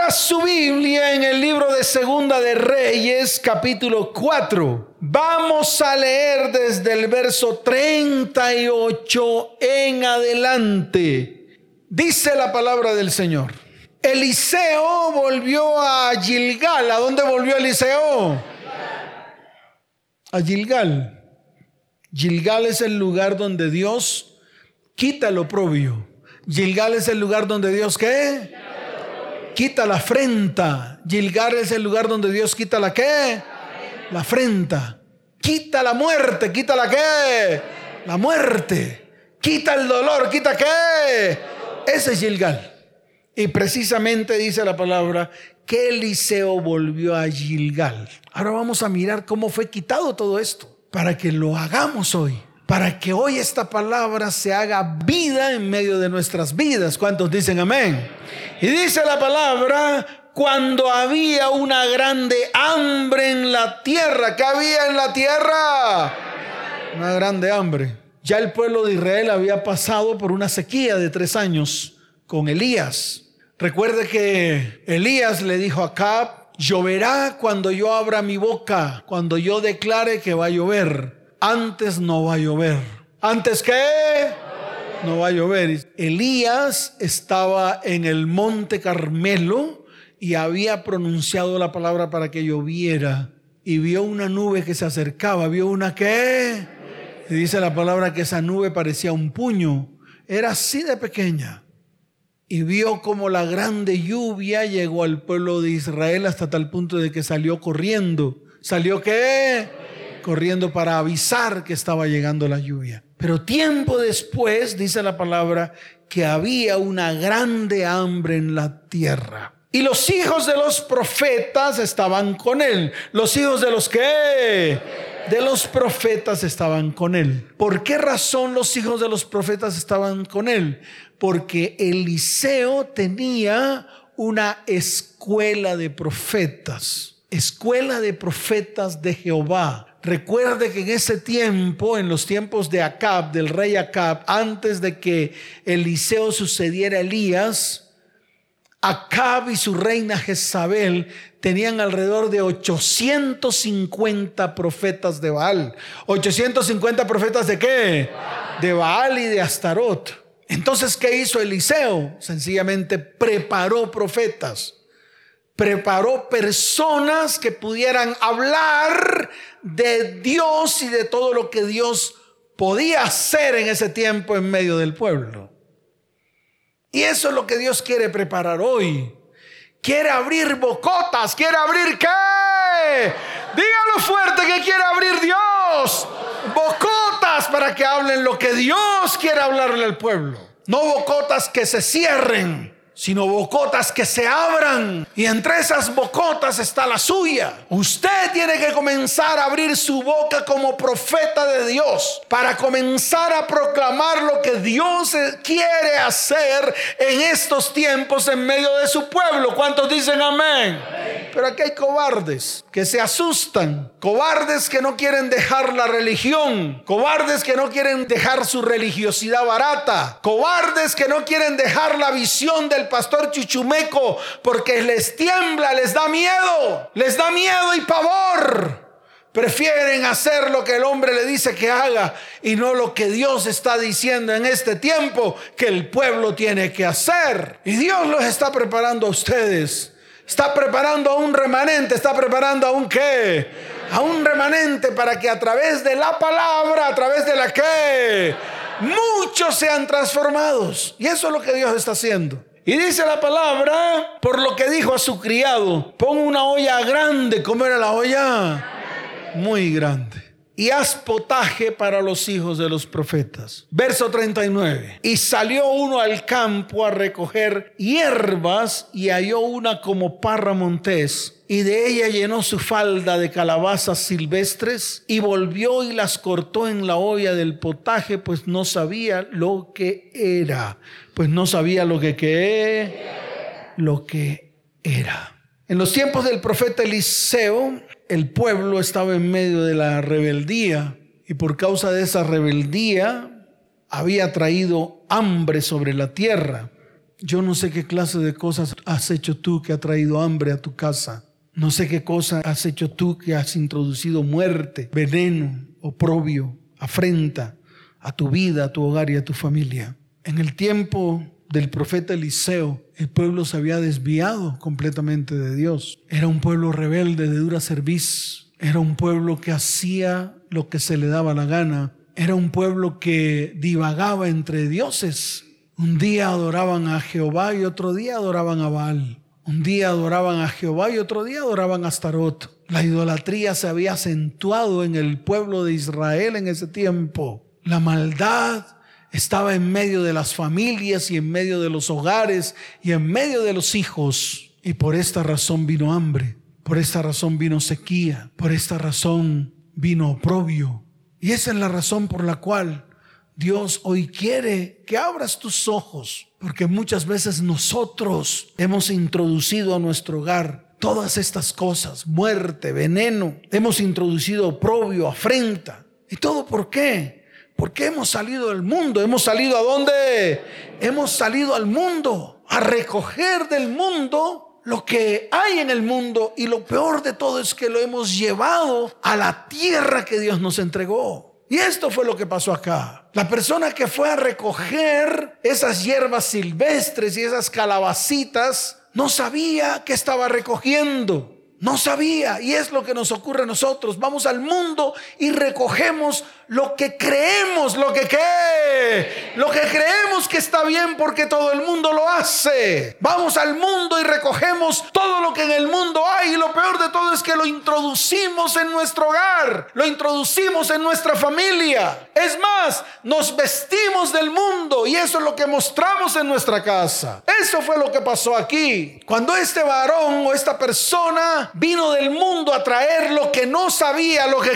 Abra su Biblia en el libro de Segunda de Reyes, capítulo 4. Vamos a leer desde el verso 38 en adelante. Dice la palabra del Señor. Eliseo volvió a Gilgal. ¿A dónde volvió Eliseo? A Gilgal. Gilgal es el lugar donde Dios quita el oprobio. Gilgal es el lugar donde Dios, ¿qué? Quita la afrenta. Gilgal es el lugar donde Dios quita la ¿qué? La afrenta. Quita la muerte. ¿Quita la qué? La muerte. Quita el dolor. ¿Quita qué? Ese es Gilgal. Y precisamente dice la palabra que Eliseo volvió a Gilgal. Ahora vamos a mirar cómo fue quitado todo esto, para que lo hagamos hoy, para que hoy esta palabra se haga vida en medio de nuestras vidas. ¿Cuántos dicen amén? Y dice la palabra: cuando había una grande hambre en la tierra. ¿Qué había en la tierra? Una grande hambre. Ya el pueblo de Israel había pasado por una sequía de 3 años con Elías. Recuerde que Elías le dijo a Acab: lloverá cuando yo abra mi boca, cuando yo declare que va a llover. Antes no va a llover. ¿Antes qué? No va a llover. Elías estaba en el monte Carmelo y había pronunciado la palabra para que lloviera. Y vio una nube que se acercaba. ¿Vio una qué? Y dice la palabra que esa nube parecía un puño. Era así de pequeña. Y vio como la grande lluvia llegó al pueblo de Israel hasta tal punto de que salió corriendo. ¿Salió qué? Corriendo para avisar que estaba llegando la lluvia. Pero tiempo después dice la palabra que había una grande hambre en la tierra. Y los hijos de los profetas estaban con él. ¿Los hijos de los qué? De los profetas estaban con él. ¿Por qué razón los hijos de los profetas estaban con él? Porque Eliseo tenía una escuela de profetas. Escuela de profetas de Jehová. Recuerde que en ese tiempo, en los tiempos de Acab, del rey Acab, antes de que Eliseo sucediera a Elías, Acab y su reina Jezabel tenían alrededor de 850 profetas de Baal. ¿850 profetas de qué? De Baal y de Astarot. Entonces, ¿qué hizo Eliseo? Sencillamente preparó profetas. Preparó personas que pudieran hablar de Dios y de todo lo que Dios podía hacer en ese tiempo en medio del pueblo. Y eso es lo que Dios quiere preparar hoy. Quiere abrir bocotas. ¿Quiere abrir qué? Dígalo fuerte que quiere abrir Dios. Bocotas para que hablen lo que Dios quiere hablarle al pueblo. No bocotas que se cierren, sino bocotas que se abran. Y entre esas bocotas está la suya. Usted tiene que comenzar a abrir su boca como profeta de Dios, para comenzar a proclamar lo que Dios quiere hacer en estos tiempos en medio de su pueblo. ¿Cuántos dicen amén? Pero aquí hay cobardes que se asustan, cobardes que no quieren dejar la religión, cobardes que no quieren dejar su religiosidad barata, cobardes que no quieren dejar la visión del pastor Chuchumeco porque les tiembla, les da miedo y pavor. Prefieren hacer lo que el hombre le dice que haga y no lo que Dios está diciendo en este tiempo que el pueblo tiene que hacer. Y Dios los está preparando a ustedes. Está preparando a un remanente. Está preparando a un ¿qué? A un remanente para que a través de la palabra, a través de la ¿qué? Muchos sean transformados. Y eso es lo que Dios está haciendo. Y dice la palabra, por lo que dijo a su criado: pon una olla grande. ¿Cómo era la olla? Muy grande. Y haz potaje para los hijos de los profetas. Verso 39. Y salió uno al campo a recoger hierbas y halló una como parra montés. Y de ella llenó su falda de calabazas silvestres y volvió y las cortó en la olla del potaje, pues no sabía lo que era. En los tiempos del profeta Eliseo, el pueblo estaba en medio de la rebeldía y por causa de esa rebeldía había traído hambre sobre la tierra. Yo no sé qué clase de cosas has hecho tú que ha traído hambre a tu casa. No sé qué cosa has hecho tú que has introducido muerte, veneno, oprobio, afrenta a tu vida, a tu hogar y a tu familia. En el tiempo del profeta Eliseo, el pueblo se había desviado completamente de Dios. Era un pueblo rebelde, de dura cerviz. Era un pueblo que hacía lo que se le daba la gana. Era un pueblo que divagaba entre dioses. Un día adoraban a Jehová y otro día adoraban a Baal. Un día adoraban a Jehová y otro día adoraban a Astarot. La idolatría se había acentuado en el pueblo de Israel en ese tiempo. La maldad estaba en medio de las familias y en medio de los hogares y en medio de los hijos. Y por esta razón vino hambre, por esta razón vino sequía, por esta razón vino oprobio. Y esa es la razón por la cual Dios hoy quiere que abras tus ojos, porque muchas veces nosotros hemos introducido a nuestro hogar todas estas cosas: muerte, veneno, hemos introducido oprobio, afrenta. ¿Y todo por qué? Porque hemos salido del mundo. ¿Hemos salido a dónde? Hemos salido al mundo, a recoger del mundo lo que hay en el mundo, y lo peor de todo es que lo hemos llevado a la tierra que Dios nos entregó. Y esto fue lo que pasó acá. La persona que fue a recoger esas hierbas silvestres y esas calabacitas no sabía qué estaba recogiendo. No sabía, y es lo que nos ocurre a nosotros. Vamos al mundo y recogemos lo que creemos, lo que creemos que está bien porque todo el mundo lo hace. Vamos al mundo y recogemos todo lo que en el mundo hay, y lo peor de todo es que lo introducimos en nuestro hogar, lo introducimos en nuestra familia. Es más, nos vestimos del mundo y eso es lo que mostramos en nuestra casa. Eso fue lo que pasó aquí. Cuando este varón o esta persona vino del mundo a traer lo que no sabía, lo que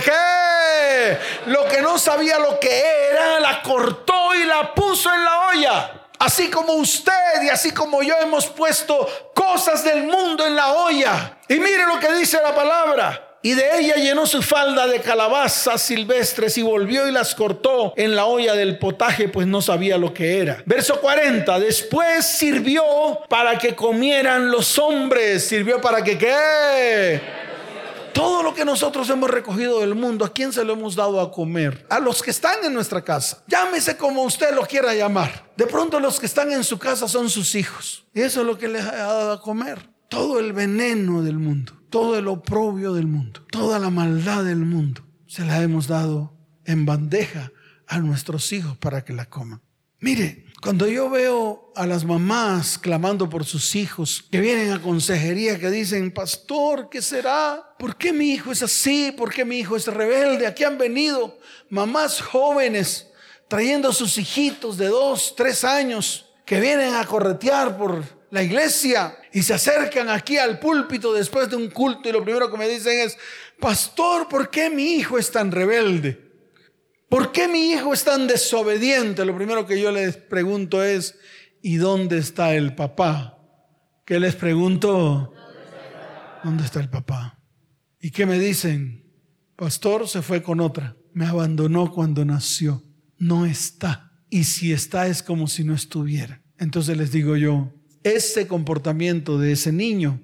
no sabía lo que era, la cortó y la puso en la olla. Así como usted y así como yo hemos puesto cosas del mundo en la olla. Y mire lo que dice la palabra: y de ella llenó su falda de calabazas silvestres y volvió y las cortó en la olla del potaje, pues no sabía lo que era. Verso 40, después sirvió para que comieran los hombres. ¿Sirvió para que qué? Todo lo que nosotros hemos recogido del mundo, ¿a quién se lo hemos dado a comer? A los que están en nuestra casa. Llámese como usted lo quiera llamar. De pronto los que están en su casa son sus hijos, y eso es lo que les ha dado a comer. Todo el veneno del mundo, todo el oprobio del mundo, toda la maldad del mundo, se la hemos dado en bandeja a nuestros hijos para que la coman. Mire, cuando yo veo a las mamás clamando por sus hijos, que vienen a consejería, que dicen: pastor, ¿qué será? ¿Por qué mi hijo es así? ¿Por qué mi hijo es rebelde? Aquí han venido mamás jóvenes trayendo a sus hijitos de 2, 3 años que vienen a corretear por la iglesia y se acercan aquí al púlpito después de un culto, y lo primero que me dicen es: pastor, ¿por qué mi hijo es tan rebelde? ¿Por qué mi hijo es tan desobediente? Lo primero que yo les pregunto es: ¿y dónde está el papá? ¿Qué les pregunto? ¿Dónde está el papá? ¿Y qué me dicen? Pastor, se fue con otra, me abandonó cuando nació, no está, y si está es como si no estuviera. Entonces les digo yo, ese comportamiento de ese niño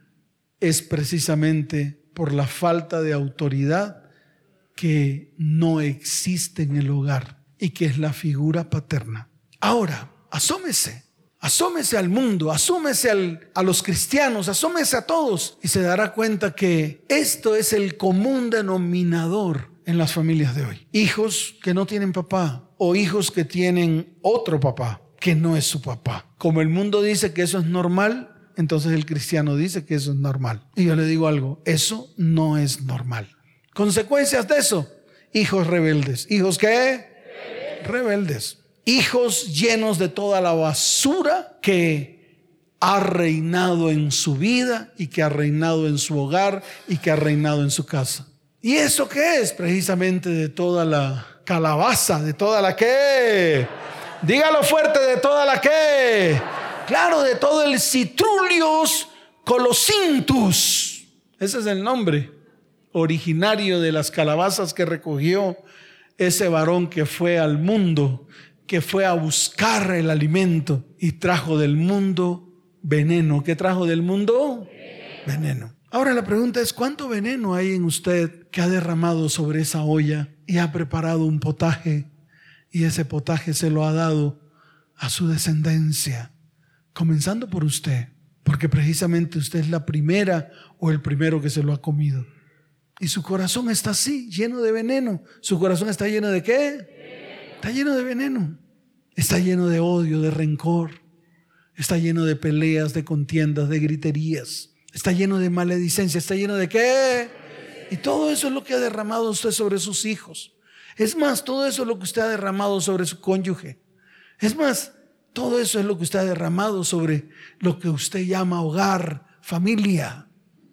es precisamente por la falta de autoridad que no existe en el hogar y que es la figura paterna. Ahora, asómese al mundo, asómese a los cristianos, asómese a todos, y se dará cuenta que esto es el común denominador en las familias de hoy. Hijos que no tienen papá, o hijos que tienen otro papá que no es su papá. Como el mundo dice que eso es normal, entonces el cristiano dice que eso es normal. Y yo le digo algo: eso no es normal. Consecuencias de eso: hijos rebeldes. ¿Hijos qué? Rebeldes. Hijos llenos de toda la basura que ha reinado en su vida y que ha reinado en su hogar y que ha reinado en su casa. ¿Y eso qué es? Precisamente de toda la calabaza, de toda la qué. Dígalo fuerte: de toda la qué. Claro, de todo el Citrullus colocinthus. Ese es el nombre originario de las calabazas que recogió ese varón que fue al mundo que fue a buscar el alimento y trajo del mundo veneno. ¿Qué trajo del mundo? Veneno. Ahora la pregunta es, ¿cuánto veneno hay en usted que ha derramado sobre esa olla y ha preparado un potaje y ese potaje se lo ha dado a su descendencia, comenzando por usted? Porque precisamente usted es la primera o el primero que se lo ha comido. Y su corazón está así, lleno de veneno. ¿Su corazón está lleno de qué? Está lleno de veneno. Está lleno de odio, de rencor. Está lleno de peleas, de contiendas, de griterías. Está lleno de maledicencia. ¿Está lleno de qué? Y todo eso es lo que ha derramado usted sobre sus hijos. Es más, todo eso es lo que usted ha derramado sobre su cónyuge. Es más, todo eso es lo que usted ha derramado sobre lo que usted llama hogar, familia.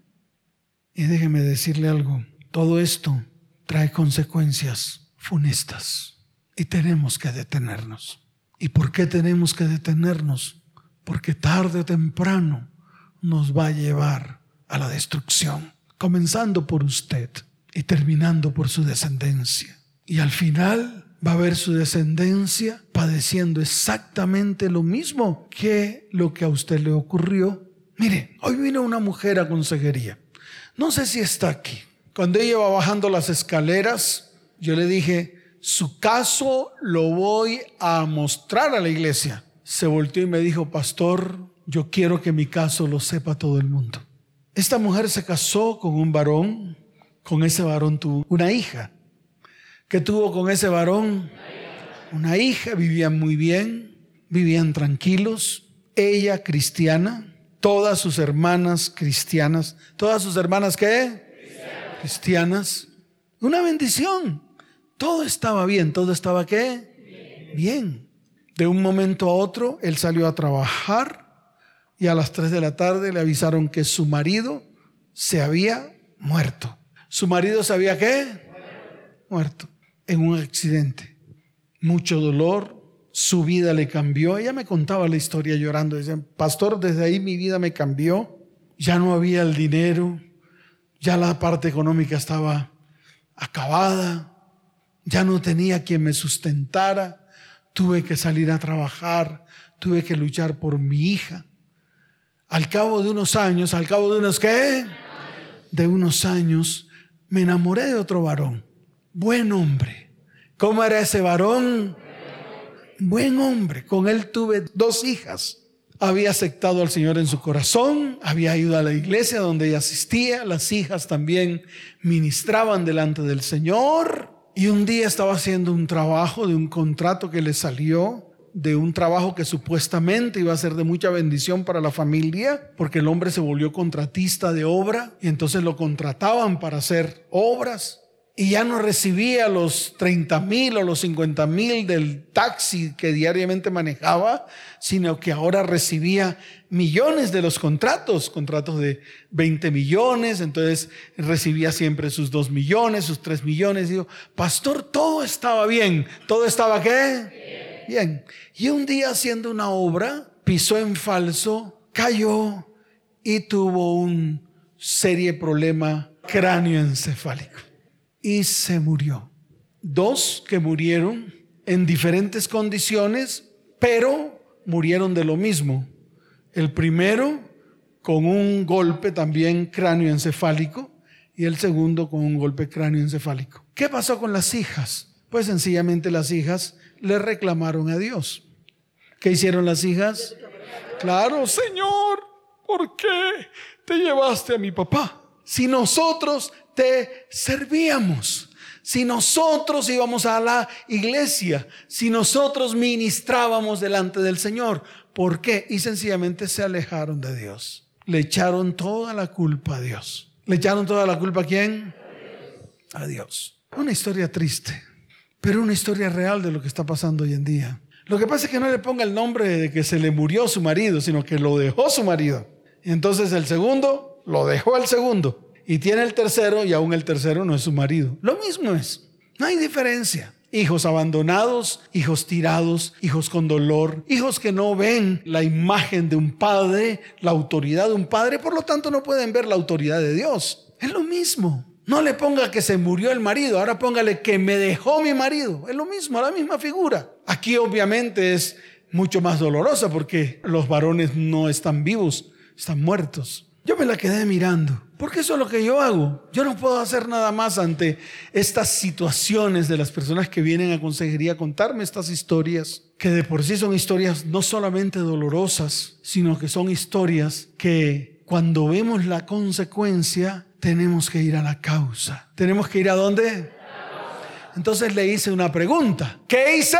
Y déjeme decirle algo, todo esto trae consecuencias funestas y tenemos que detenernos. ¿Y por qué tenemos que detenernos? Porque tarde o temprano nos va a llevar a la destrucción, comenzando por usted y terminando por su descendencia. Y al final va a ver su descendencia padeciendo exactamente lo mismo que lo que a usted le ocurrió. Mire, hoy vino una mujer a consejería. No sé si está aquí. Cuando ella iba bajando las escaleras, yo le dije, su caso lo voy a mostrar a la iglesia. Se volteó y me dijo, pastor, yo quiero que mi caso lo sepa todo el mundo. Esta mujer se casó con un varón. Con ese varón tuvo una hija. ¿Qué tuvo con ese varón? Una hija. Vivían muy bien, vivían tranquilos. Ella cristiana. Todas sus hermanas cristianas. ¿Todas sus hermanas qué? Cristianas. Una bendición. Todo estaba bien. ¿Todo estaba qué? Bien. De un momento a otro, él salió a trabajar y a las 3 de la tarde le avisaron que su marido se había muerto. ¿Su marido se había qué? Muerto. En un accidente. Mucho dolor. Su vida le cambió. Ella me contaba la historia llorando. Decía, pastor, desde ahí mi vida me cambió. Ya no había el dinero. Ya la parte económica estaba acabada. Ya no tenía quien me sustentara. Tuve que salir a trabajar. Tuve que luchar por mi hija. Al cabo de unos años, ¿al cabo de unos qué? De unos años, me enamoré de otro varón. Buen hombre. ¿Cómo era ese varón? Buen hombre. Con él tuve 2 hijas. Había aceptado al Señor en su corazón. Había ido a la iglesia donde ella asistía. Las hijas también ministraban delante del Señor. Y un día estaba haciendo un trabajo de un contrato que le salió, de un trabajo que supuestamente iba a ser de mucha bendición para la familia, porque el hombre se volvió contratista de obra y entonces lo contrataban para hacer obras. Y ya no recibía los 30,000 o los 50,000 del taxi que diariamente manejaba, sino que ahora recibía millones de los contratos de 20 millones. Entonces recibía siempre sus 2 millones, sus 3 millones. Digo, pastor, todo estaba bien. ¿Todo estaba qué? Bien. Y un día haciendo una obra, pisó en falso, cayó y tuvo un serio problema cráneoencefálico. Y se murió. 2 que murieron en diferentes condiciones, pero murieron de lo mismo. El primero con un golpe también cráneoencefálico y el segundo con un golpe cráneoencefálico. ¿Qué pasó con las hijas? Pues sencillamente las hijas le reclamaron a Dios. ¿Qué hicieron las hijas? Claro, Señor, ¿por qué te llevaste a mi papá? Si nosotros te servíamos, si nosotros íbamos a la iglesia, si nosotros ministrábamos delante del Señor, ¿por qué? Y sencillamente se alejaron de Dios. Le echaron toda la culpa a Dios. ¿Le echaron toda la culpa a quién? A Dios. Una historia triste, pero una historia real de lo que está pasando hoy en día. Lo que pasa es que no le ponga el nombre de que se le murió su marido, sino que lo dejó su marido. Y entonces el segundo lo dejó al segundo. Y tiene el tercero y aún el tercero no es su marido. Lo mismo es. No hay diferencia. Hijos abandonados, hijos tirados, hijos con dolor, hijos que no ven la imagen de un padre, la autoridad de un padre, por lo tanto no pueden ver la autoridad de Dios. Es lo mismo. No le ponga que se murió el marido, ahora póngale que me dejó mi marido. Es lo mismo, la misma figura. Aquí obviamente es mucho más dolorosa porque los varones no están vivos, están muertos. Yo me la quedé mirando, porque eso es lo que yo hago. Yo no puedo hacer nada más ante estas situaciones de las personas que vienen a consejería a contarme estas historias, que de por sí son historias no solamente dolorosas, sino que son historias que cuando vemos la consecuencia tenemos que ir a la causa. ¿Tenemos que ir a dónde? Entonces le hice una pregunta. ¿Qué hice?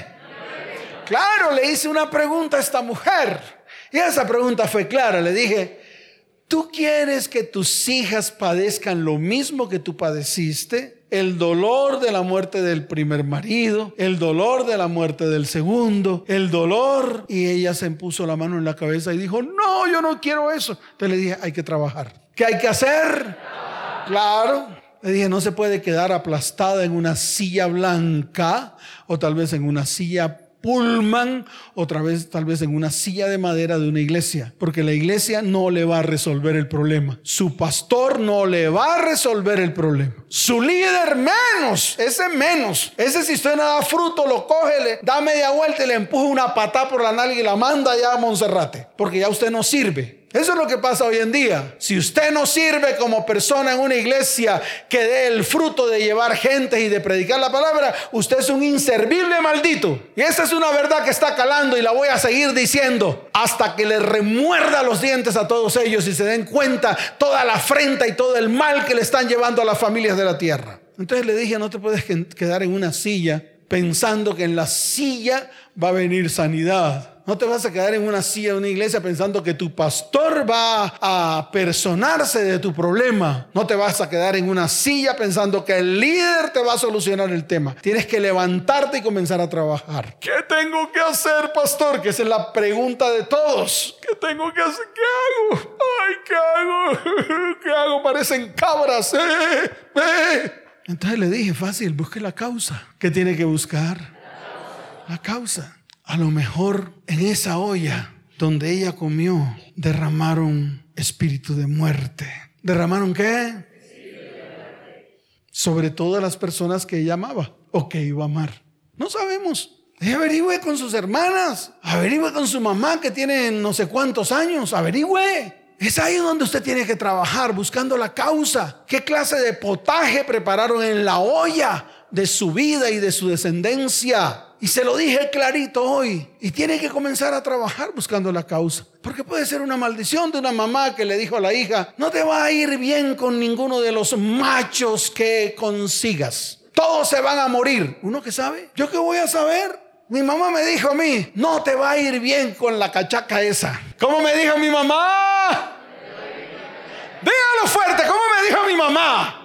Claro, le hice una pregunta a esta mujer. Y esa pregunta fue clara. Le dije, ¿tú quieres que tus hijas padezcan lo mismo que tú padeciste? El dolor de la muerte del primer marido, el dolor de la muerte del segundo, el dolor. Y ella se puso la mano en la cabeza y dijo, no, yo no quiero eso. Entonces le dije, hay que trabajar. ¿Qué hay que hacer? Claro. Le dije, no se puede quedar aplastada en una silla blanca o tal vez en una silla Pullman, otra vez tal vez en una silla de madera de una iglesia, porque la iglesia no le va a resolver el problema, su pastor no le va a resolver el problema, su líder menos, ese si usted no da fruto lo coge, le da media vuelta y le empuja una patada por la nalga y la manda ya a Monserrate, porque ya usted no sirve. Eso es lo que pasa hoy en día. Si usted no sirve como persona en una iglesia que dé el fruto de llevar gente y de predicar la palabra, usted es un inservible maldito. Y esa es una verdad que está calando y la voy a seguir diciendo hasta que le remuerda los dientes a todos ellos y se den cuenta toda la afrenta y todo el mal que le están llevando a las familias de la tierra. Entonces le dije, no te puedes quedar en una silla pensando que en la silla va a venir sanidad. No te vas a quedar en una silla de una iglesia pensando que tu pastor va a personarse de tu problema. No te vas a quedar en una silla pensando que el líder te va a solucionar el tema. Tienes que levantarte y comenzar a trabajar. ¿Qué tengo que hacer, pastor? Que esa es la pregunta de todos. ¿Qué tengo que hacer? ¿Qué hago? Ay, ¿qué hago? ¿Qué hago? Parecen cabras. Entonces le dije, fácil, busque la causa. ¿Qué tiene que buscar? La causa. A lo mejor en esa olla donde ella comió derramaron espíritu de muerte. ¿Derramaron qué? Sobre todas las personas que ella amaba o que iba a amar. No sabemos. Averigüe con sus hermanas. Averigüe con su mamá que tiene no sé cuántos años. Averigüe. Es ahí donde usted tiene que trabajar buscando la causa. ¿Qué clase de potaje prepararon en la olla de su vida y de su descendencia? Y se lo dije clarito hoy. Y tiene que comenzar a trabajar buscando la causa. Porque puede ser una maldición de una mamá que le dijo a la hija, no te va a ir bien con ninguno de los machos que consigas. Todos se van a morir. ¿Uno qué sabe? ¿Yo qué voy a saber? Mi mamá me dijo a mí, no te va a ir bien con la cachaca esa. ¿Cómo me dijo mi mamá? Dígalo fuerte, ¿cómo me dijo mi mamá?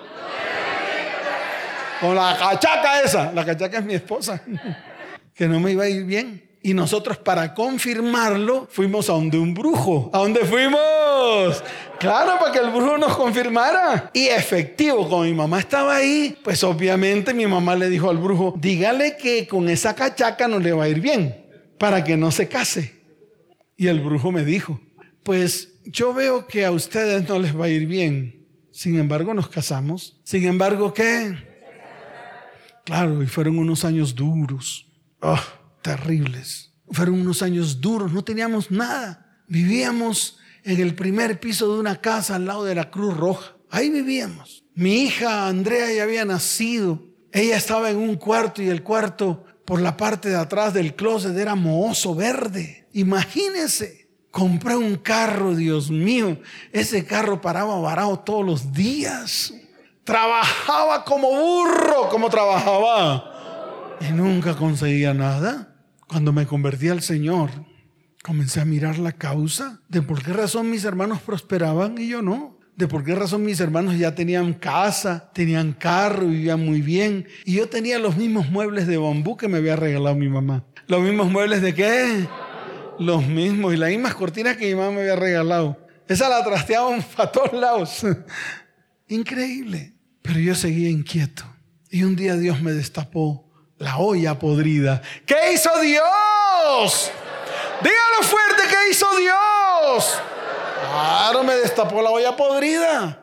Con la cachaca esa. La cachaca es mi esposa. Que no me iba a ir bien. Y nosotros para confirmarlo fuimos a donde un brujo. ¿A dónde fuimos? Claro, para que el brujo nos confirmara. Y efectivo, como mi mamá estaba ahí, pues obviamente mi mamá le dijo al brujo, dígale que con esa cachaca no le va a ir bien, para que no se case. Y el brujo me dijo, pues yo veo que a ustedes no les va a ir bien. Sin embargo, nos casamos. Sin embargo, ¿qué? Claro, y fueron unos años duros. Oh, terribles. Fueron unos años duros, no teníamos nada. Vivíamos en el primer piso de una casa al lado de la Cruz Roja. Ahí vivíamos. Mi hija Andrea ya había nacido. Ella estaba en un cuarto y el cuarto por la parte de atrás del closet era mohoso verde. Imagínense. Compré un carro, Dios mío. Ese carro paraba varado todos los días. Trabajaba como burro, como trabajaba. Y nunca conseguía nada. Cuando me convertí al Señor, comencé a mirar la causa de por qué razón mis hermanos prosperaban y yo no. De por qué razón mis hermanos ya tenían casa, tenían carro, vivían muy bien. Y yo tenía los mismos muebles de bambú que me había regalado mi mamá. ¿Los mismos muebles de qué? Los mismos. Y las mismas cortinas que mi mamá me había regalado. Esa la trasteábamos para todos lados. Increíble. Pero yo seguía inquieto. Y un día Dios me destapó la olla podrida. ¿Qué hizo Dios? Dígalo fuerte, ¿qué hizo Dios? Claro, me destapó la olla podrida.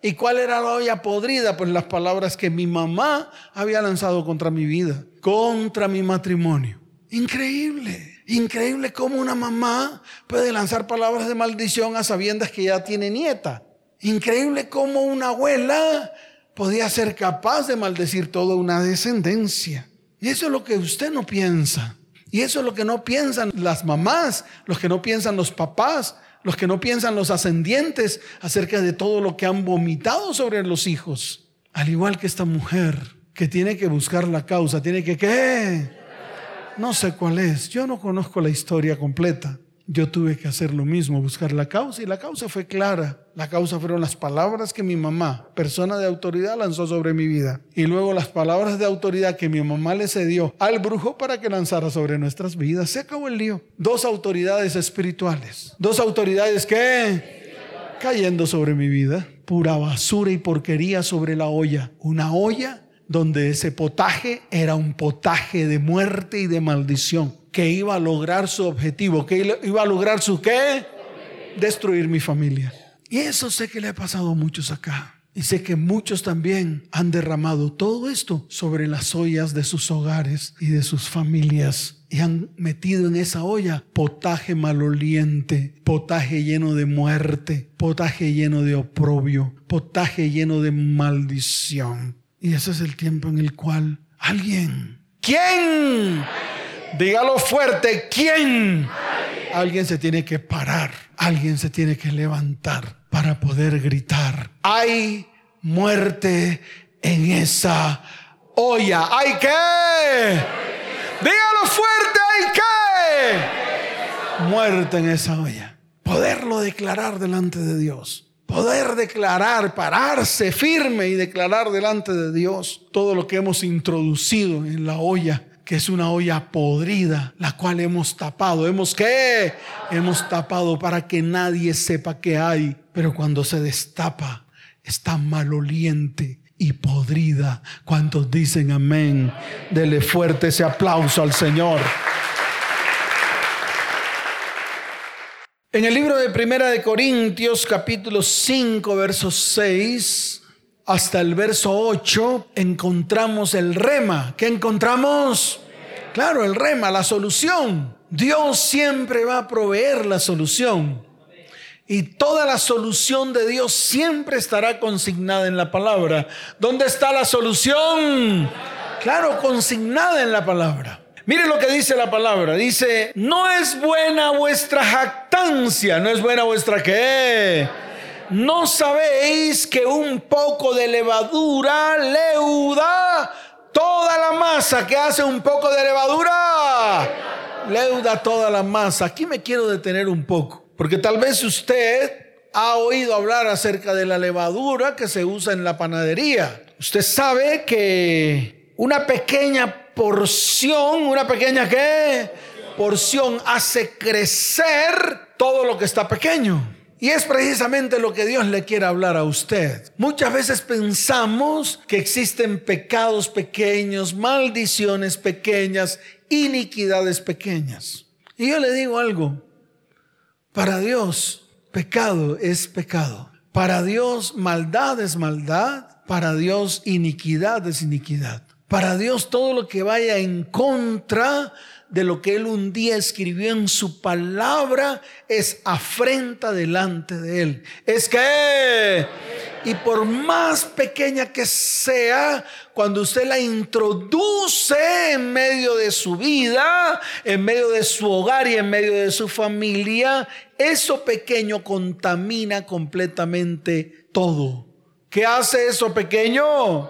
¿Y cuál era la olla podrida? Pues las palabras que mi mamá había lanzado contra mi vida, contra mi matrimonio. Increíble. Increíble cómo una mamá puede lanzar palabras de maldición a sabiendas que ya tiene nieta. Increíble cómo una abuela podía ser capaz de maldecir toda una descendencia. Y eso es lo que usted no piensa. Y eso es lo que no piensan las mamás, los que no piensan los papás, los que no piensan los ascendientes acerca de todo lo que han vomitado sobre los hijos. Al igual que esta mujer que tiene que buscar la causa, tiene que ¿qué? No sé cuál es, yo no conozco la historia completa. Yo tuve que hacer lo mismo, buscar la causa, y la causa fue clara. La causa fueron las palabras que mi mamá, persona de autoridad, lanzó sobre mi vida. Y luego las palabras de autoridad que mi mamá le cedió al brujo para que lanzara sobre nuestras vidas. Se acabó el lío. 2 autoridades espirituales. 2 autoridades ¿qué? Cayendo sobre mi vida. Pura basura y porquería sobre la olla. Una olla donde ese potaje era un potaje de muerte y de maldición, que iba a lograr su objetivo, que iba a lograr su ¿qué? Destruir mi familia. Y eso sé que le ha pasado a muchos acá. Y sé que muchos también han derramado todo esto sobre las ollas de sus hogares y de sus familias. Y han metido en esa olla potaje maloliente, potaje lleno de muerte, potaje lleno de oprobio, potaje lleno de maldición. Y ese es el tiempo en el cual alguien, ¿quién? Dígalo fuerte, ¿quién? Alguien se tiene que parar, alguien se tiene que levantar para poder gritar: hay muerte en esa olla. ¿Hay qué? Dígalo fuerte, ¿hay qué? Muerte en esa olla. Poderlo declarar delante de Dios. Poder declarar, pararse firme y declarar delante de Dios todo lo que hemos introducido en la olla, que es una olla podrida, la cual hemos tapado. ¿Hemos qué? Hemos tapado para que nadie sepa qué hay. Pero cuando se destapa, está maloliente y podrida. ¿Cuántos dicen amén? Dele fuerte ese aplauso al Señor. En el libro de Primera de Corintios, capítulo 5, verso 6 hasta el verso 8, encontramos el rema. ¿Qué encontramos? Claro, el rema, la solución. Dios siempre va a proveer la solución. Y toda la solución de Dios siempre estará consignada en la palabra. ¿Dónde está la solución? Claro, consignada en la palabra. Mire lo que dice la palabra. Dice: no es buena vuestra jactancia. ¿No es buena vuestra qué? ¿No sabéis que un poco de levadura leuda toda la masa? ¿Qué hace un poco de levadura? Leuda toda la masa. Aquí me quiero detener un poco, porque tal vez usted ha oído hablar acerca de la levadura que se usa en la panadería. Usted sabe que una pequeña porción, ¿qué? Porción hace crecer todo lo que está pequeño. Y es precisamente lo que Dios le quiere hablar a usted. Muchas veces pensamos que existen pecados pequeños, maldiciones pequeñas, iniquidades pequeñas. Y yo le digo algo: para Dios, pecado es pecado. Para Dios, maldad es maldad. Para Dios, iniquidad es iniquidad. Para Dios, todo lo que vaya en contra de lo que Él un día escribió en su palabra es afrenta delante de Él. Es que, y por más pequeña que sea, cuando usted la introduce en medio de su vida, en medio de su hogar y en medio de su familia, eso pequeño contamina completamente todo. ¿Qué hace eso pequeño?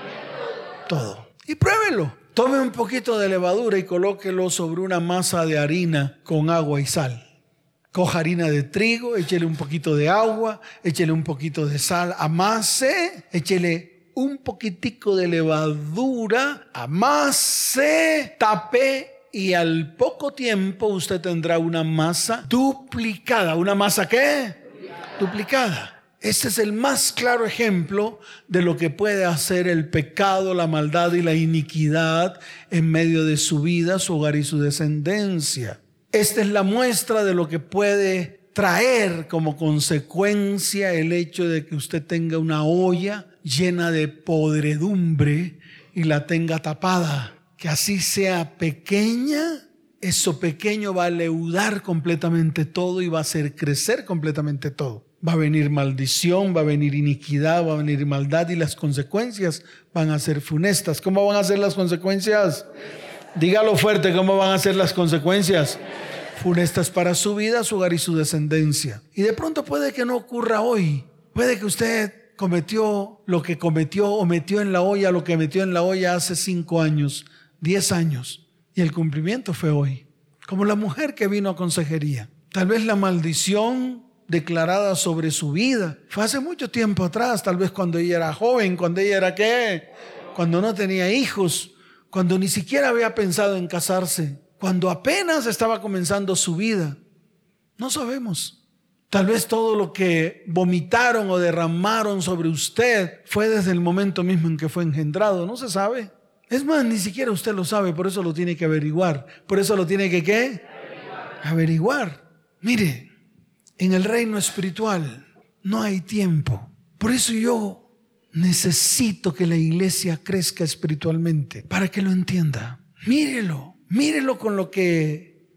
Todo. Y pruébelo. Tome un poquito de levadura y colóquelo sobre una masa de harina con agua y sal. Coja harina de trigo, échele un poquito de agua, échele un poquito de sal, amase, échele un poquitico de levadura, amase, tape, y al poco tiempo usted tendrá una masa duplicada. ¿Una masa qué? Duplicada. Este es el más claro ejemplo de lo que puede hacer el pecado, la maldad y la iniquidad en medio de su vida, su hogar y su descendencia. Esta es la muestra de lo que puede traer como consecuencia el hecho de que usted tenga una olla llena de podredumbre y la tenga tapada. Que así sea pequeña, eso pequeño va a leudar completamente todo y va a hacer crecer completamente todo. Va a venir maldición, va a venir iniquidad, va a venir maldad y las consecuencias van a ser funestas. ¿Cómo van a ser las consecuencias? Dígalo fuerte, ¿cómo van a ser las consecuencias? Funestas para su vida, su hogar y su descendencia. Y de pronto puede que no ocurra hoy. Puede que usted cometió lo que cometió o metió en la olla lo que metió en la olla hace 5 años, 10 años. Y el cumplimiento fue hoy. Como la mujer que vino a consejería. Tal vez la maldición declarada sobre su vida fue hace mucho tiempo atrás. Tal vez cuando ella era joven, cuando ella era ¿qué? Cuando no tenía hijos, cuando ni siquiera había pensado en casarse, cuando apenas estaba comenzando su vida. No sabemos. Tal vez todo lo que vomitaron o derramaron sobre usted fue desde el momento mismo en que fue engendrado. No se sabe. Es más, ni siquiera usted lo sabe, por eso lo tiene que averiguar. Por eso lo tiene que ¿qué? Averiguar. Mire, en el reino espiritual no hay tiempo. Por eso yo necesito que la iglesia crezca espiritualmente, para que lo entienda. Mírelo con lo que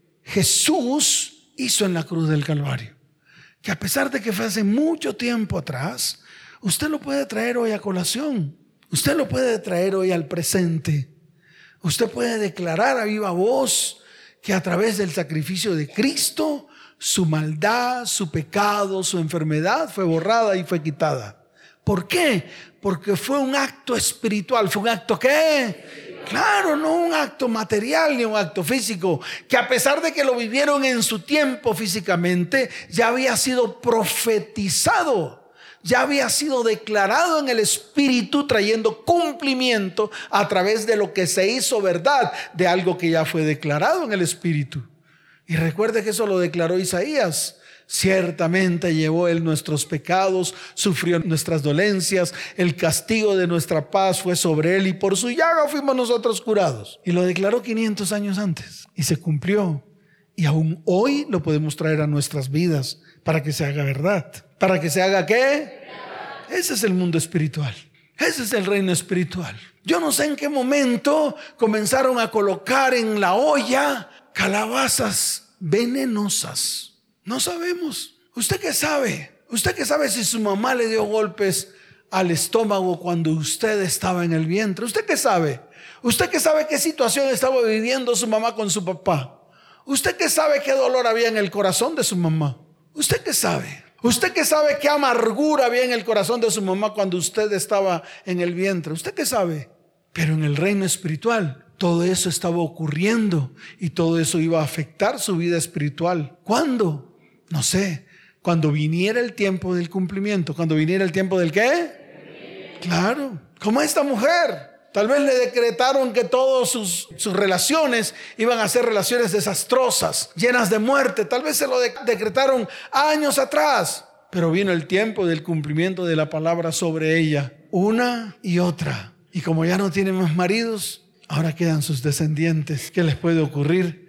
Jesús hizo en la cruz del Calvario. Que a pesar de que fue hace mucho tiempo atrás, usted lo puede traer hoy a colación. Usted lo puede traer hoy al presente. Usted puede declarar a viva voz que a través del sacrificio de Cristo, su maldad, su pecado, su enfermedad fue borrada y fue quitada. ¿Por qué? Porque fue un acto espiritual. ¿Fue un acto qué? Claro, no un acto material ni un acto físico, que a pesar de que lo vivieron en su tiempo físicamente, ya había sido profetizado, ya había sido declarado en el espíritu, trayendo cumplimiento a través de lo que se hizo verdad, de algo que ya fue declarado en el espíritu. Y recuerde que eso lo declaró Isaías. Ciertamente llevó él nuestros pecados, sufrió nuestras dolencias, el castigo de nuestra paz fue sobre él y por su llaga fuimos nosotros curados. Y lo declaró 500 años antes y se cumplió. Y aún hoy lo podemos traer a nuestras vidas para que se haga verdad. ¿Para que se haga qué? Ese es el mundo espiritual. Ese es el reino espiritual. Yo no sé en qué momento comenzaron a colocar en la olla calabazas venenosas. No sabemos. ¿Usted qué sabe? ¿Usted qué sabe si su mamá le dio golpes al estómago cuando usted estaba en el vientre? ¿Usted qué sabe? ¿Usted qué sabe qué situación estaba viviendo su mamá con su papá? ¿Usted qué sabe qué dolor había en el corazón de su mamá? ¿Usted qué sabe? ¿Usted qué sabe qué amargura había en el corazón de su mamá cuando usted estaba en el vientre? ¿Usted qué sabe? Pero en el reino espiritual todo eso estaba ocurriendo y todo eso iba a afectar su vida espiritual. ¿Cuándo? No sé, cuando viniera el tiempo del cumplimiento. ¿Cuando viniera el tiempo del qué? Claro, como esta mujer. Tal vez le decretaron que todas sus relaciones iban a ser relaciones desastrosas, llenas de muerte. Tal vez se lo decretaron años atrás. Pero vino el tiempo del cumplimiento de la palabra sobre ella, una y otra. Y como ya no tiene más maridos, ahora quedan sus descendientes. ¿Qué les puede ocurrir?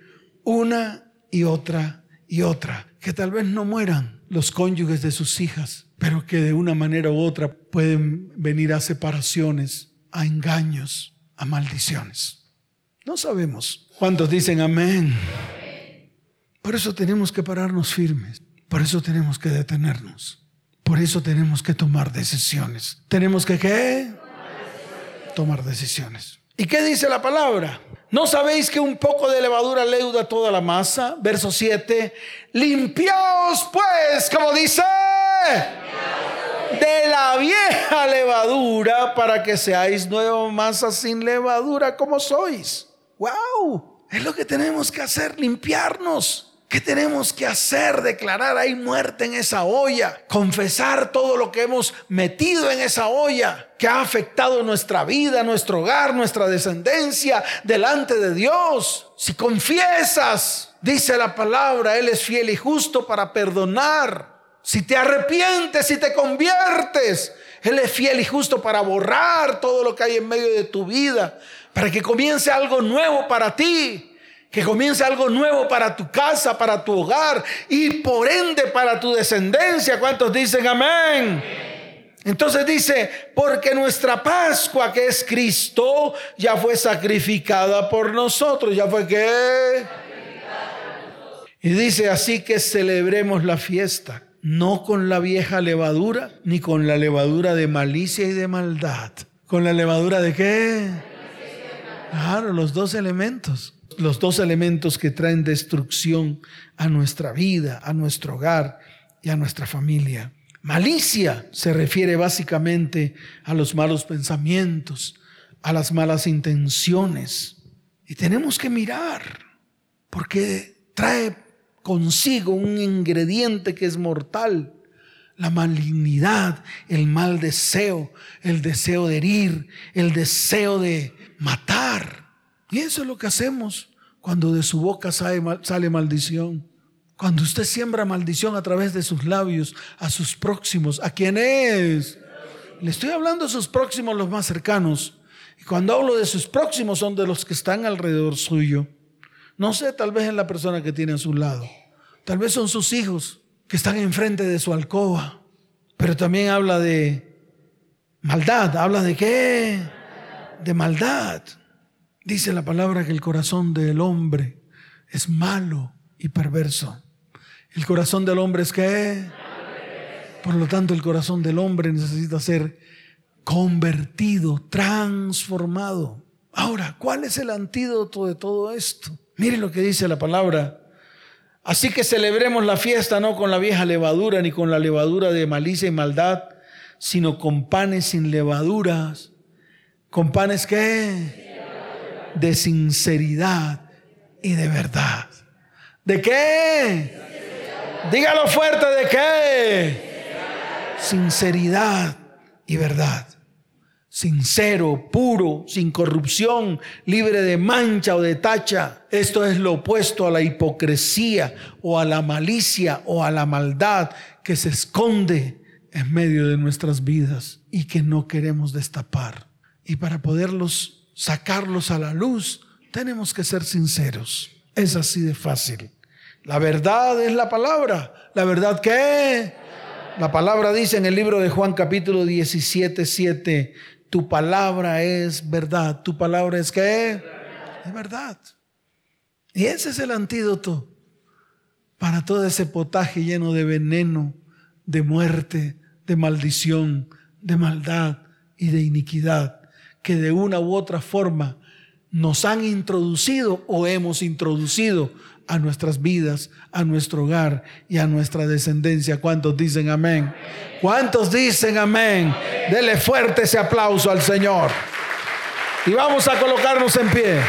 Una y otra y otra. Que tal vez no mueran los cónyuges de sus hijas, pero que de una manera u otra pueden venir a separaciones, a engaños, a maldiciones. No sabemos. ¿Cuántos dicen amén? Por eso tenemos que pararnos firmes. Por eso tenemos que detenernos. Por eso tenemos que tomar decisiones. ¿Tenemos que qué? Tomar decisiones. ¿Y qué dice la palabra? ¿No sabéis que un poco de levadura leuda toda la masa? Verso 7. Limpiaos pues, como dice, de la vieja levadura, para que seáis nueva masa sin levadura como sois. ¡Wow! Es lo que tenemos que hacer, limpiarnos. ¿Qué tenemos que hacer? Declarar: hay muerte en esa olla. Confesar todo lo que hemos metido en esa olla, que ha afectado nuestra vida, nuestro hogar, nuestra descendencia delante de Dios. Si confiesas, dice la palabra, Él es fiel y justo para perdonar. Si te arrepientes, si te conviertes, Él es fiel y justo para borrar todo lo que hay en medio de tu vida, para que comience algo nuevo para ti. Que comience algo nuevo para tu casa, para tu hogar y por ende para tu descendencia. ¿Cuántos dicen amén? Entonces dice, porque nuestra Pascua, que es Cristo, ya fue sacrificada por nosotros. ¿Ya fue qué? Y dice, así que celebremos la fiesta, no con la vieja levadura, ni con la levadura de malicia y de maldad. ¿Con la levadura de qué? Claro, los dos elementos que traen destrucción a nuestra vida, a nuestro hogar y a nuestra familia. Malicia se refiere básicamente a los malos pensamientos, a las malas intenciones. Y tenemos que mirar, porque trae consigo un ingrediente que es mortal: la malignidad, el mal deseo, el deseo de herir, el deseo de matar. Y eso es lo que hacemos cuando de su boca sale maldición. Cuando usted siembra maldición a través de sus labios a sus próximos. ¿A quién es? Le estoy hablando a sus próximos, los más cercanos. Y cuando hablo de sus próximos, son de los que están alrededor suyo. No sé, tal vez es la persona que tiene a su lado. Tal vez son sus hijos que están enfrente de su alcoba. Pero también habla de maldad. ¿Habla de qué? De maldad. Dice la palabra que el corazón del hombre es malo y perverso. ¿El corazón del hombre es qué? Por lo tanto, el corazón del hombre necesita ser convertido, transformado. Ahora, ¿cuál es el antídoto de todo esto? Mire lo que dice la palabra. Así que celebremos la fiesta no con la vieja levadura, ni con la levadura de malicia y maldad, sino con panes sin levaduras. ¿Con panes qué? De sinceridad y de verdad. ¿De qué? Dígalo fuerte, ¿de qué? Sinceridad y verdad. Sincero, puro, sin corrupción, libre de mancha o de tacha. Esto es lo opuesto a la hipocresía o a la malicia o a la maldad que se esconde en medio de nuestras vidas y que no queremos destapar. Y para poderlos sacarlos a la luz, tenemos que ser sinceros. Es así de fácil. La verdad es la palabra. ¿La verdad qué? La palabra dice en el libro de Juan capítulo 17:7, tu palabra es verdad. ¿Tu palabra es qué? Es verdad. Y ese es el antídoto para todo ese potaje lleno de veneno, de muerte, de maldición, de maldad y de iniquidad, que de una u otra forma nos han introducido o hemos introducido a nuestras vidas, a nuestro hogar y a nuestra descendencia. ¿Cuántos dicen amén? ¿Cuántos dicen amén? Dele fuerte ese aplauso al Señor. Y vamos a colocarnos en pie.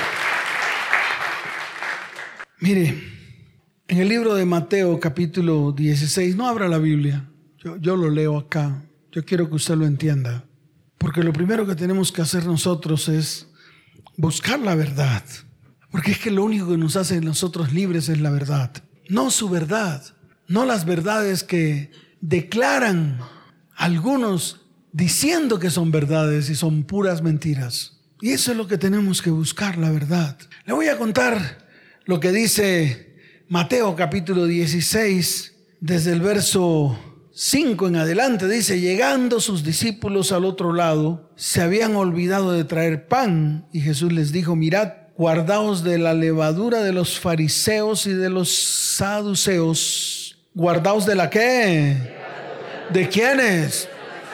Mire, en el libro de Mateo capítulo 16, no abra la Biblia, yo lo leo acá. Yo quiero que usted lo entienda, porque lo primero que tenemos que hacer nosotros es buscar la verdad. Porque es que lo único que nos hace nosotros libres es la verdad. No su verdad, no las verdades que declaran algunos diciendo que son verdades y son puras mentiras. Y eso es lo que tenemos que buscar, la verdad. Le voy a contar lo que dice Mateo capítulo 16, desde el verso 5 en adelante. Dice: llegando sus discípulos al otro lado, se habían olvidado de traer pan, y Jesús les dijo: mirad, guardaos de la levadura de los fariseos y de los saduceos. ¿Guardaos de la qué? ¿De quiénes?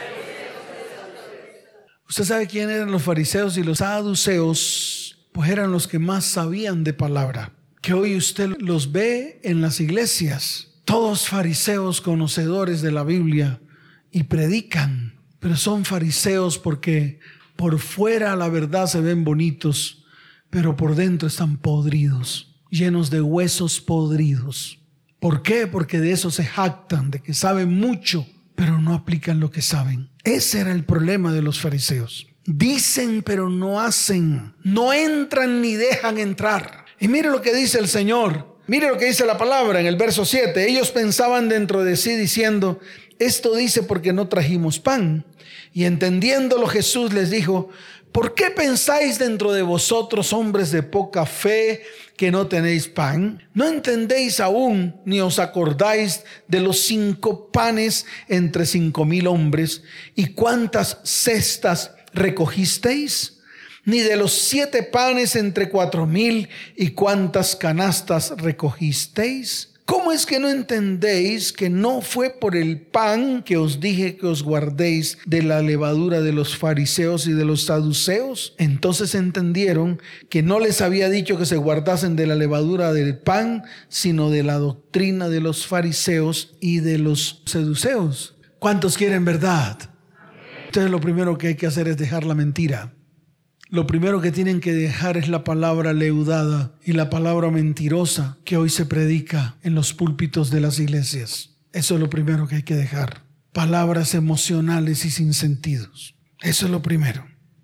¿Usted sabe quién eran los fariseos y los saduceos? Pues eran los que más sabían de palabra, que hoy usted los ve en las iglesias. Todos fariseos conocedores de la Biblia y predican, pero son fariseos porque por fuera la verdad se ven bonitos, pero por dentro están podridos, llenos de huesos podridos. ¿Por qué? Porque de eso se jactan, de que saben mucho, pero no aplican lo que saben. Ese era el problema de los fariseos. Dicen, pero no hacen. No entran ni dejan entrar. Y mire lo que dice el Señor. Mire lo que dice la palabra en el verso 7. Ellos pensaban dentro de sí diciendo: esto dice porque no trajimos pan. Y entendiéndolo, Jesús les dijo: ¿Por qué pensáis dentro de vosotros, hombres de poca fe, que no tenéis pan? ¿No entendéis aún, ni os acordáis de los 5 panes entre 5,000 hombres, y cuántas cestas recogisteis? Ni de los 7 panes entre 4,000, y cuántas canastas recogisteis. ¿Cómo es que no entendéis que no fue por el pan que os dije que os guardéis de la levadura de los fariseos y de los saduceos? Entonces entendieron que no les había dicho que se guardasen de la levadura del pan, sino de la doctrina de los fariseos y de los saduceos. ¿Cuántos quieren verdad? Entonces lo primero que hay que hacer es dejar la mentira. Lo primero que tienen que dejar es la palabra leudada y la palabra mentirosa que hoy se predica en los púlpitos de las iglesias. Eso es lo primero que hay que dejar. Palabras emocionales y sin sentidos. Eso es lo primero.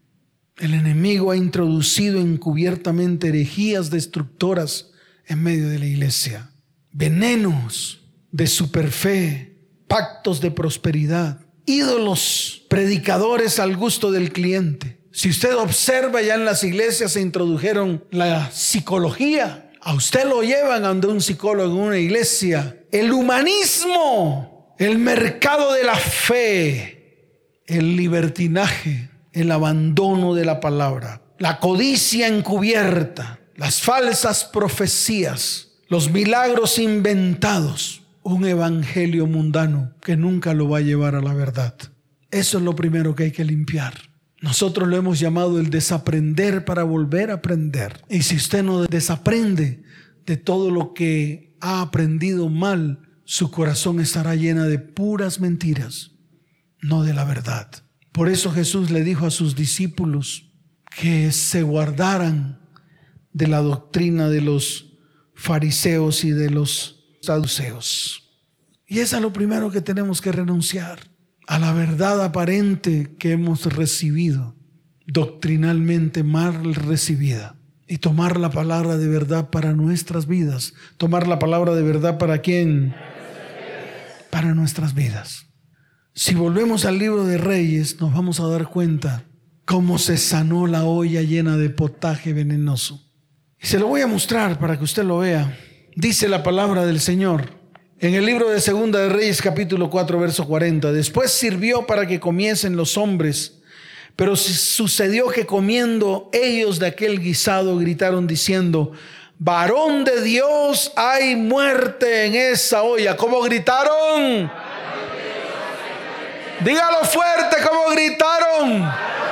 El enemigo ha introducido encubiertamente herejías destructoras en medio de la iglesia. Venenos de superfe, pactos de prosperidad, ídolos, predicadores al gusto del cliente. Si usted observa, ya en las iglesias se introdujeron la psicología. A usted lo llevan ante un psicólogo en una iglesia. El humanismo, el mercado de la fe, el libertinaje, el abandono de la palabra, la codicia encubierta, las falsas profecías, los milagros inventados, un evangelio mundano que nunca lo va a llevar a la verdad. Eso es lo primero que hay que limpiar. Nosotros lo hemos llamado el desaprender para volver a aprender. Y si usted no desaprende de todo lo que ha aprendido mal, su corazón estará lleno de puras mentiras, no de la verdad. Por eso Jesús le dijo a sus discípulos que se guardaran de la doctrina de los fariseos y de los saduceos. Y eso es lo primero que tenemos que renunciar. A la verdad aparente que hemos recibido, doctrinalmente mal recibida, y tomar la palabra de verdad para nuestras vidas. Tomar la palabra de verdad ¿para quién? Para nuestras vidas. Si volvemos al libro de Reyes, nos vamos a dar cuenta cómo se sanó la olla llena de potaje venenoso. Y se lo voy a mostrar para que usted lo vea. Dice la palabra del Señor en el libro de Segunda de Reyes, capítulo 4, verso 40. Después sirvió para que comiesen los hombres, pero sucedió que comiendo ellos de aquel guisado gritaron diciendo: varón de Dios, hay muerte en esa olla. ¿Cómo gritaron? Dígalo fuerte, ¿cómo gritaron?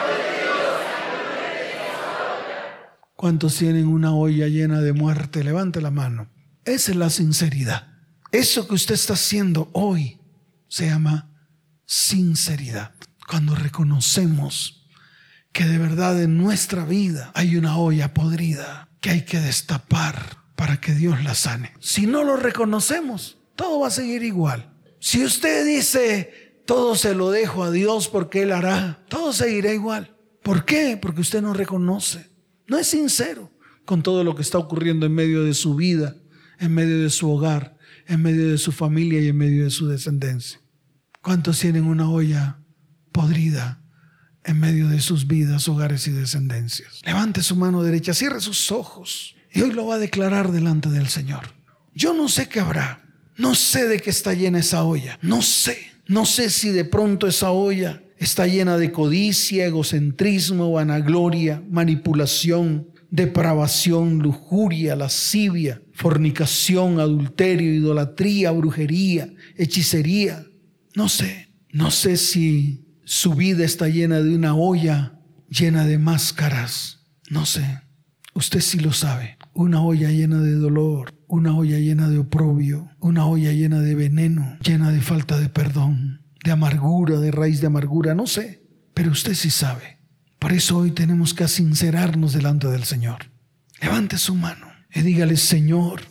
¿Cuántos tienen una olla llena de muerte? Levante la mano. Esa es la sinceridad. Eso que usted está haciendo hoy se llama sinceridad. Cuando reconocemos que de verdad en nuestra vida hay una olla podrida que hay que destapar para que Dios la sane. Si no lo reconocemos, todo va a seguir igual. Si usted dice: todo se lo dejo a Dios porque Él hará, todo seguirá igual. ¿Por qué? Porque usted no reconoce, no es sincero con todo lo que está ocurriendo en medio de su vida, en medio de su hogar, en medio de su familia y en medio de su descendencia. ¿Cuántos tienen una olla podrida en medio de sus vidas, hogares y descendencias? Levante su mano derecha, cierre sus ojos y hoy lo va a declarar delante del Señor. Yo no sé qué habrá, no sé de qué está llena esa olla, no sé si de pronto esa olla está llena de codicia, egocentrismo, vanagloria, manipulación, depravación, lujuria, lascivia, fornicación, adulterio, idolatría, brujería, hechicería. No sé si su vida está llena de una olla llena de máscaras. No sé, usted sí lo sabe. Una olla llena de dolor, una olla llena de oprobio, una olla llena de veneno, llena de falta de perdón, de amargura, de raíz de amargura. No sé, pero usted sí sabe. Por eso hoy tenemos que sincerarnos delante del Señor. Levante su mano y dígale: Señor,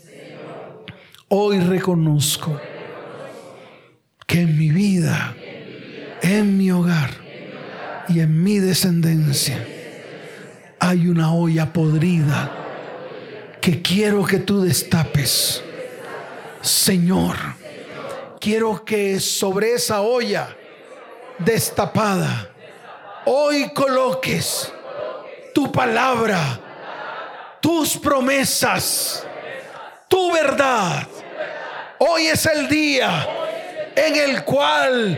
hoy reconozco que en mi vida, en mi hogar y en mi descendencia hay una olla podrida que quiero que tú destapes. Señor, quiero que sobre esa olla destapada hoy coloques tu palabra, tus promesas, tu verdad. Hoy es el día en el cual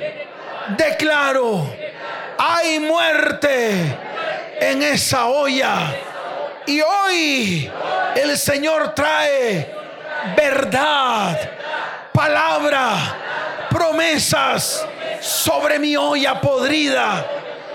declaro: hay muerte en esa olla. Y hoy el Señor trae verdad, palabra, promesas sobre mi olla podrida.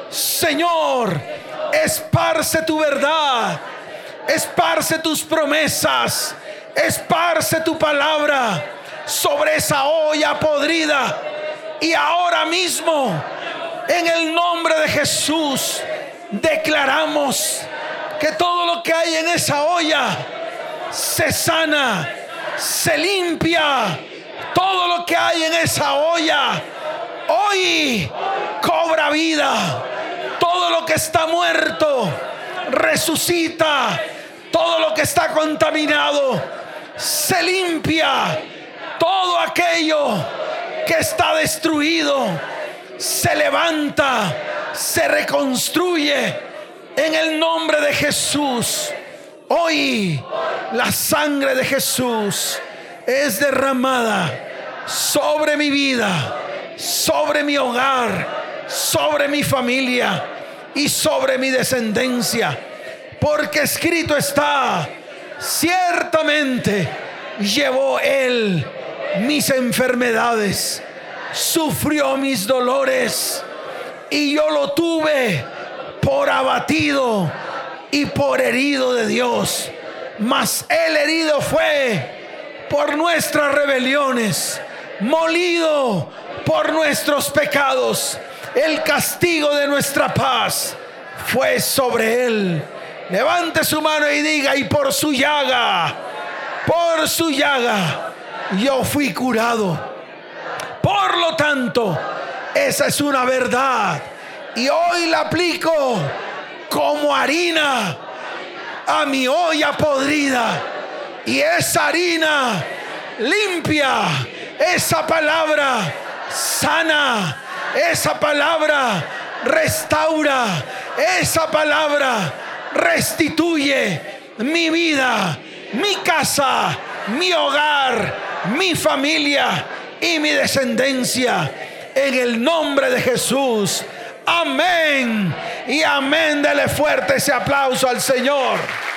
Señor, esparce tu verdad, esparce tus promesas, esparce tu palabra sobre esa olla podrida. Y ahora mismo, en el nombre de Jesús, declaramos que todo lo que hay en esa olla se sana, se limpia. Todo lo que hay en esa olla hoy cobra vida. Todo lo que está muerto resucita. Todo lo que está contaminado se limpia. Todo aquello que está destruido se levanta, se reconstruye en el nombre de Jesús. Hoy la sangre de Jesús es derramada sobre mi vida, sobre mi hogar, sobre mi familia y sobre mi descendencia. Porque escrito está: ciertamente llevó Él mis enfermedades, sufrió mis dolores, y yo lo tuve por abatido y por herido de Dios. Mas Él herido fue por nuestras rebeliones, molido por nuestros pecados. El castigo de nuestra paz fue sobre Él. Levante su mano y diga: y por su llaga yo fui curado. Por lo tanto, esa es una verdad, y hoy la aplico como harina a mi olla podrida. Y esa harina limpia, esa palabra sana, esa palabra restaura, esa palabra restituye mi vida, mi casa, mi hogar, mi familia y mi descendencia, en el nombre de Jesús. Amén y amén. Dele fuerte ese aplauso al Señor.